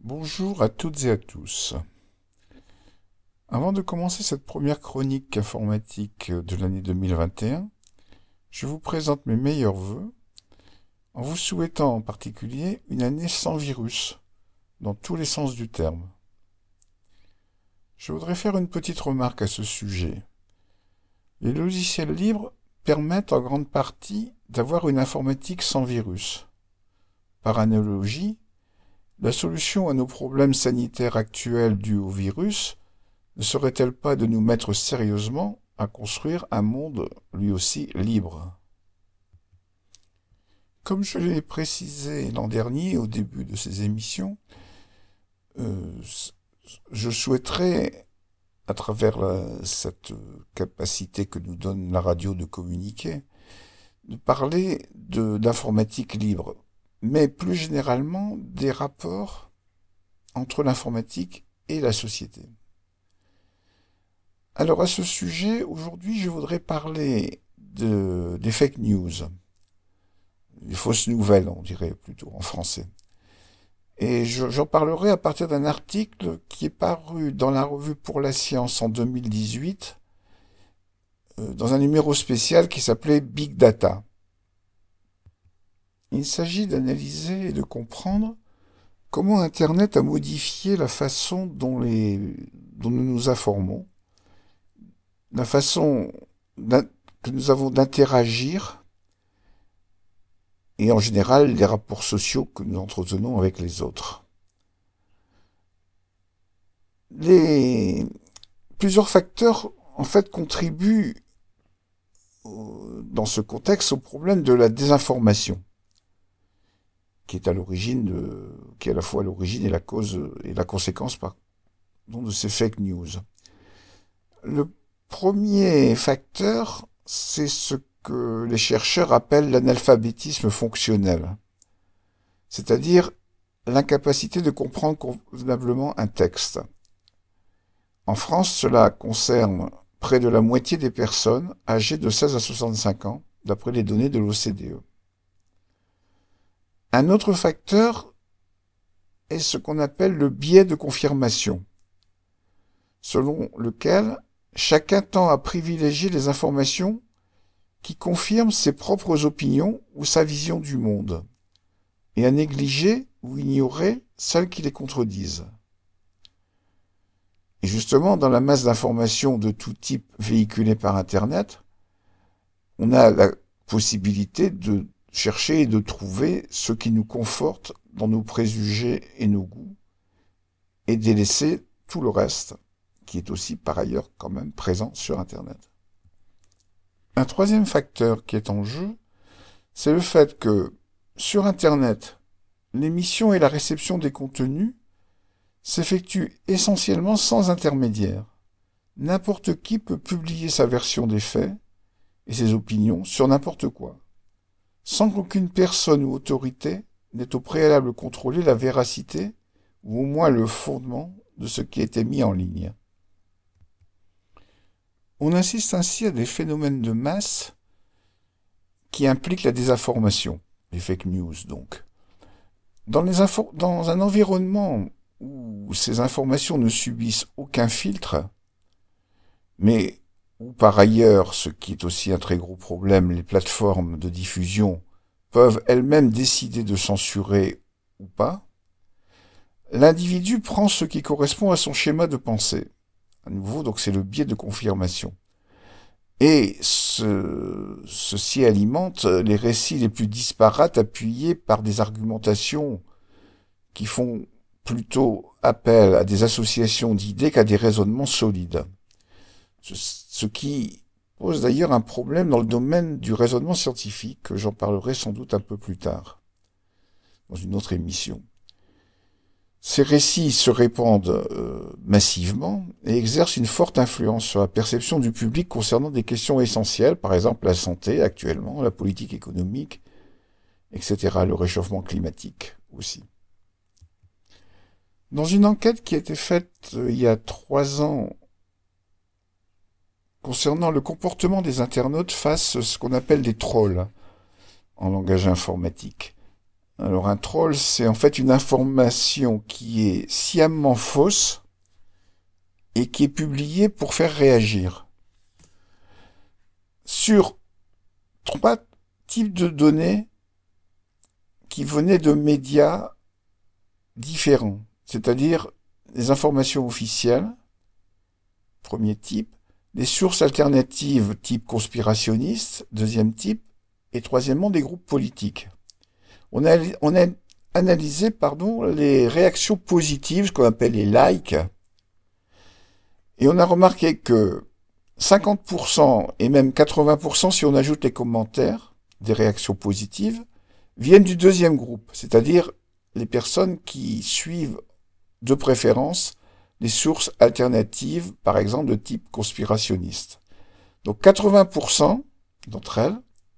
Bonjour à toutes et à tous. Avant de commencer cette première chronique informatique de l'année 2021, je vous présente mes meilleurs vœux en vous souhaitant en particulier une année sans virus, dans tous les sens du terme. Je voudrais faire une petite remarque à ce sujet. Les logiciels libres permettent en grande partie d'avoir une informatique sans virus. Par analogie, la solution à nos problèmes sanitaires actuels dus au virus ne serait-elle pas de nous mettre sérieusement à construire un monde lui aussi libre? Comme je l'ai précisé l'an dernier au début de ces émissions, euh, je souhaiterais, à travers cette capacité que nous donne la radio de communiquer, de parler d'informatique libre, mais plus généralement des rapports entre l'informatique et la société. Alors à ce sujet, aujourd'hui, je voudrais parler des fake news, des fausses nouvelles, on dirait plutôt en français. Et j'en parlerai à partir d'un article qui est paru dans la revue Pour la Science en 2018, dans un numéro spécial qui s'appelait Big Data. Il s'agit d'analyser et de comprendre comment Internet a modifié la façon dont nous nous informons, la façon que nous avons d'interagir et en général les rapports sociaux que nous entretenons avec les autres. Plusieurs facteurs en fait contribuent dans ce contexte au problème de la désinformation, qui est à la fois l'origine et la cause et la conséquence de ces fake news. Le premier facteur, c'est ce que les chercheurs appellent l'analphabétisme fonctionnel, c'est-à-dire l'incapacité de comprendre convenablement un texte. En France, cela concerne près de la moitié des personnes âgées de 16 à 65 ans, d'après les données de l'OCDE. Un autre facteur est ce qu'on appelle le biais de confirmation, selon lequel chacun tend à privilégier les informations qui confirment ses propres opinions ou sa vision du monde, et à négliger ou ignorer celles qui les contredisent. Et justement, dans la masse d'informations de tout type véhiculées par Internet, on a la possibilité de chercher et de trouver ce qui nous conforte dans nos préjugés et nos goûts, et délaisser tout le reste, qui est aussi par ailleurs quand même présent sur Internet. Un troisième facteur qui est en jeu, c'est le fait que sur Internet, l'émission et la réception des contenus s'effectuent essentiellement sans intermédiaire. N'importe qui peut publier sa version des faits et ses opinions sur n'importe quoi, sans qu'aucune personne ou autorité n'ait au préalable contrôlé la véracité ou au moins le fondement de ce qui a été mis en ligne. On assiste ainsi à des phénomènes de masse qui impliquent la désinformation, les fake news donc. Dans un environnement où ces informations ne subissent aucun filtre, mais où par ailleurs, ce qui est aussi un très gros problème, les plateformes de diffusion peuvent elles-mêmes décider de censurer ou pas, l'individu prend ce qui correspond à son schéma de pensée. À nouveau, donc c'est le biais de confirmation. Et ceci alimente les récits les plus disparates appuyés par des argumentations qui font plutôt appel à des associations d'idées qu'à des raisonnements solides. Ce qui pose d'ailleurs un problème dans le domaine du raisonnement scientifique, que j'en parlerai sans doute un peu plus tard, dans une autre émission. Ces récits se répandent massivement et exercent une forte influence sur la perception du public concernant des questions essentielles, par exemple la santé actuellement, la politique économique, etc., le réchauffement climatique aussi. Dans une enquête qui a été faite il y a 3 ans concernant le comportement des internautes face à ce qu'on appelle des trolls en langage informatique, Alors un troll, c'est en fait une information qui est sciemment fausse et qui est publiée pour faire réagir sur trois types de données qui venaient de médias différents, c'est-à-dire les informations officielles, premier type, des sources alternatives type conspirationniste, deuxième type, et troisièmement des groupes politiques. On a analysé les réactions positives, ce qu'on appelle les likes, et on a remarqué que 50% et même 80% si on ajoute les commentaires des réactions positives, viennent du deuxième groupe, c'est-à-dire les personnes qui suivent de préférence des sources alternatives, par exemple de type conspirationniste. Donc 80% d'entre elles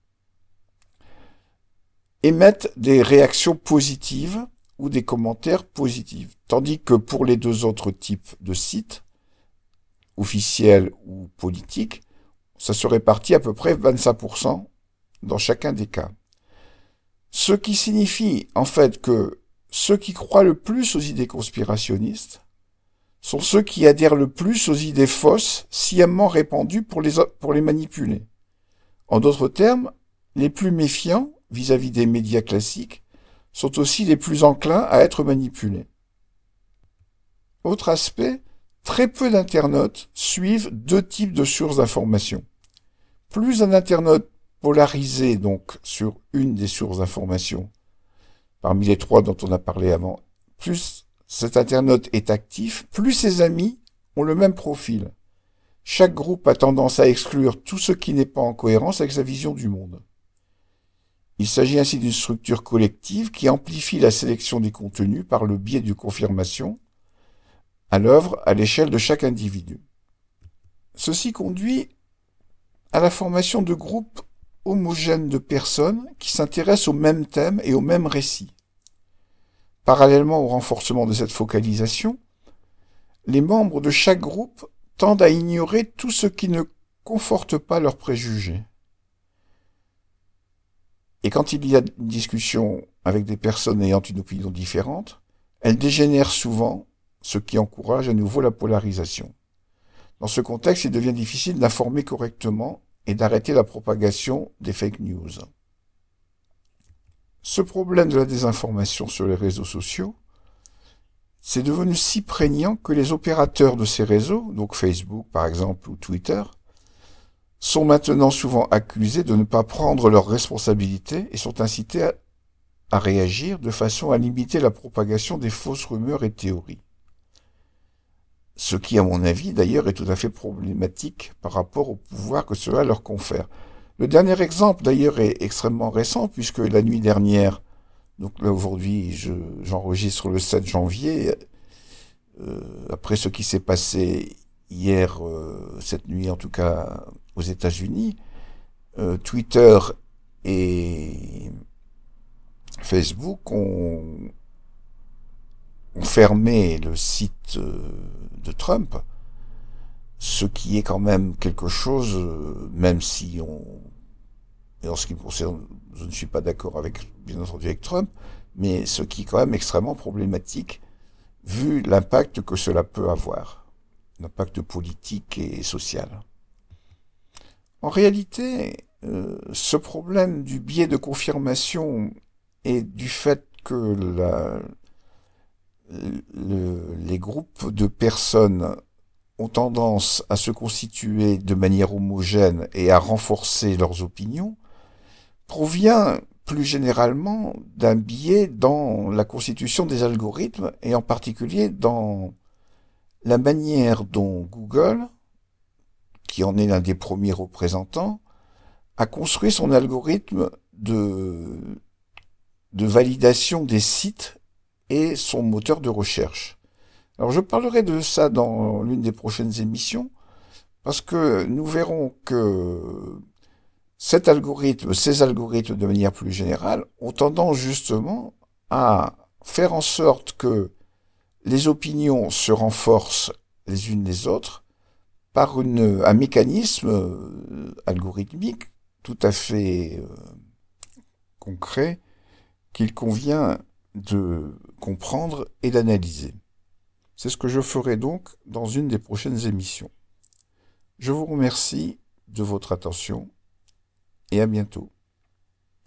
émettent des réactions positives ou des commentaires positifs, tandis que pour les deux autres types de sites, officiels ou politiques, ça se répartit à peu près 25% dans chacun des cas. Ce qui signifie en fait que ceux qui croient le plus aux idées conspirationnistes sont ceux qui adhèrent le plus aux idées fausses sciemment répandues pour les manipuler. En d'autres termes, les plus méfiants vis-à-vis des médias classiques sont aussi les plus enclins à être manipulés. Autre aspect, très peu d'internautes suivent deux types de sources d'information. Plus un internaute polarisé donc sur une des sources d'information, parmi les trois dont on a parlé avant, plus cet internaute est actif, plus ses amis ont le même profil. Chaque groupe a tendance à exclure tout ce qui n'est pas en cohérence avec sa vision du monde. Il s'agit ainsi d'une structure collective qui amplifie la sélection des contenus par le biais de confirmation à l'œuvre à l'échelle de chaque individu. Ceci conduit à la formation de groupes homogènes de personnes qui s'intéressent au même thème et au même récit. Parallèlement au renforcement de cette focalisation, les membres de chaque groupe tendent à ignorer tout ce qui ne conforte pas leurs préjugés. Et quand il y a une discussion avec des personnes ayant une opinion différente, elle dégénère souvent, ce qui encourage à nouveau la polarisation. Dans ce contexte, il devient difficile d'informer correctement et d'arrêter la propagation des fake news. Ce problème de la désinformation sur les réseaux sociaux, c'est devenu si prégnant que les opérateurs de ces réseaux, donc Facebook par exemple ou Twitter, sont maintenant souvent accusés de ne pas prendre leurs responsabilités et sont incités à réagir de façon à limiter la propagation des fausses rumeurs et théories. Ce qui, à mon avis, d'ailleurs, est tout à fait problématique par rapport au pouvoir que cela leur confère. Le dernier exemple, d'ailleurs, est extrêmement récent, puisque la nuit dernière, donc là aujourd'hui, j'enregistre le 7 janvier, après ce qui s'est passé hier, cette nuit en tout cas, aux États-Unis, Twitter et Facebook ont fermé le site de Trump, ce qui est quand même quelque chose, même si et en ce qui me concerne, je ne suis pas d'accord bien entendu avec Trump, mais ce qui est quand même extrêmement problématique, vu l'impact que cela peut avoir, l'impact politique et social. En réalité, ce problème du biais de confirmation et du fait que les groupes de personnes ont tendance à se constituer de manière homogène et à renforcer leurs opinions, provient plus généralement d'un biais dans la constitution des algorithmes et en particulier dans la manière dont Google, qui en est l'un des premiers représentants, a construit son algorithme de validation des sites et son moteur de recherche. Alors je parlerai de ça dans l'une des prochaines émissions, parce que nous verrons que ces algorithmes de manière plus générale, ont tendance justement à faire en sorte que les opinions se renforcent les unes les autres par un mécanisme algorithmique tout à fait concret qu'il convient de comprendre et d'analyser. C'est ce que je ferai donc dans une des prochaines émissions. Je vous remercie de votre attention et à bientôt.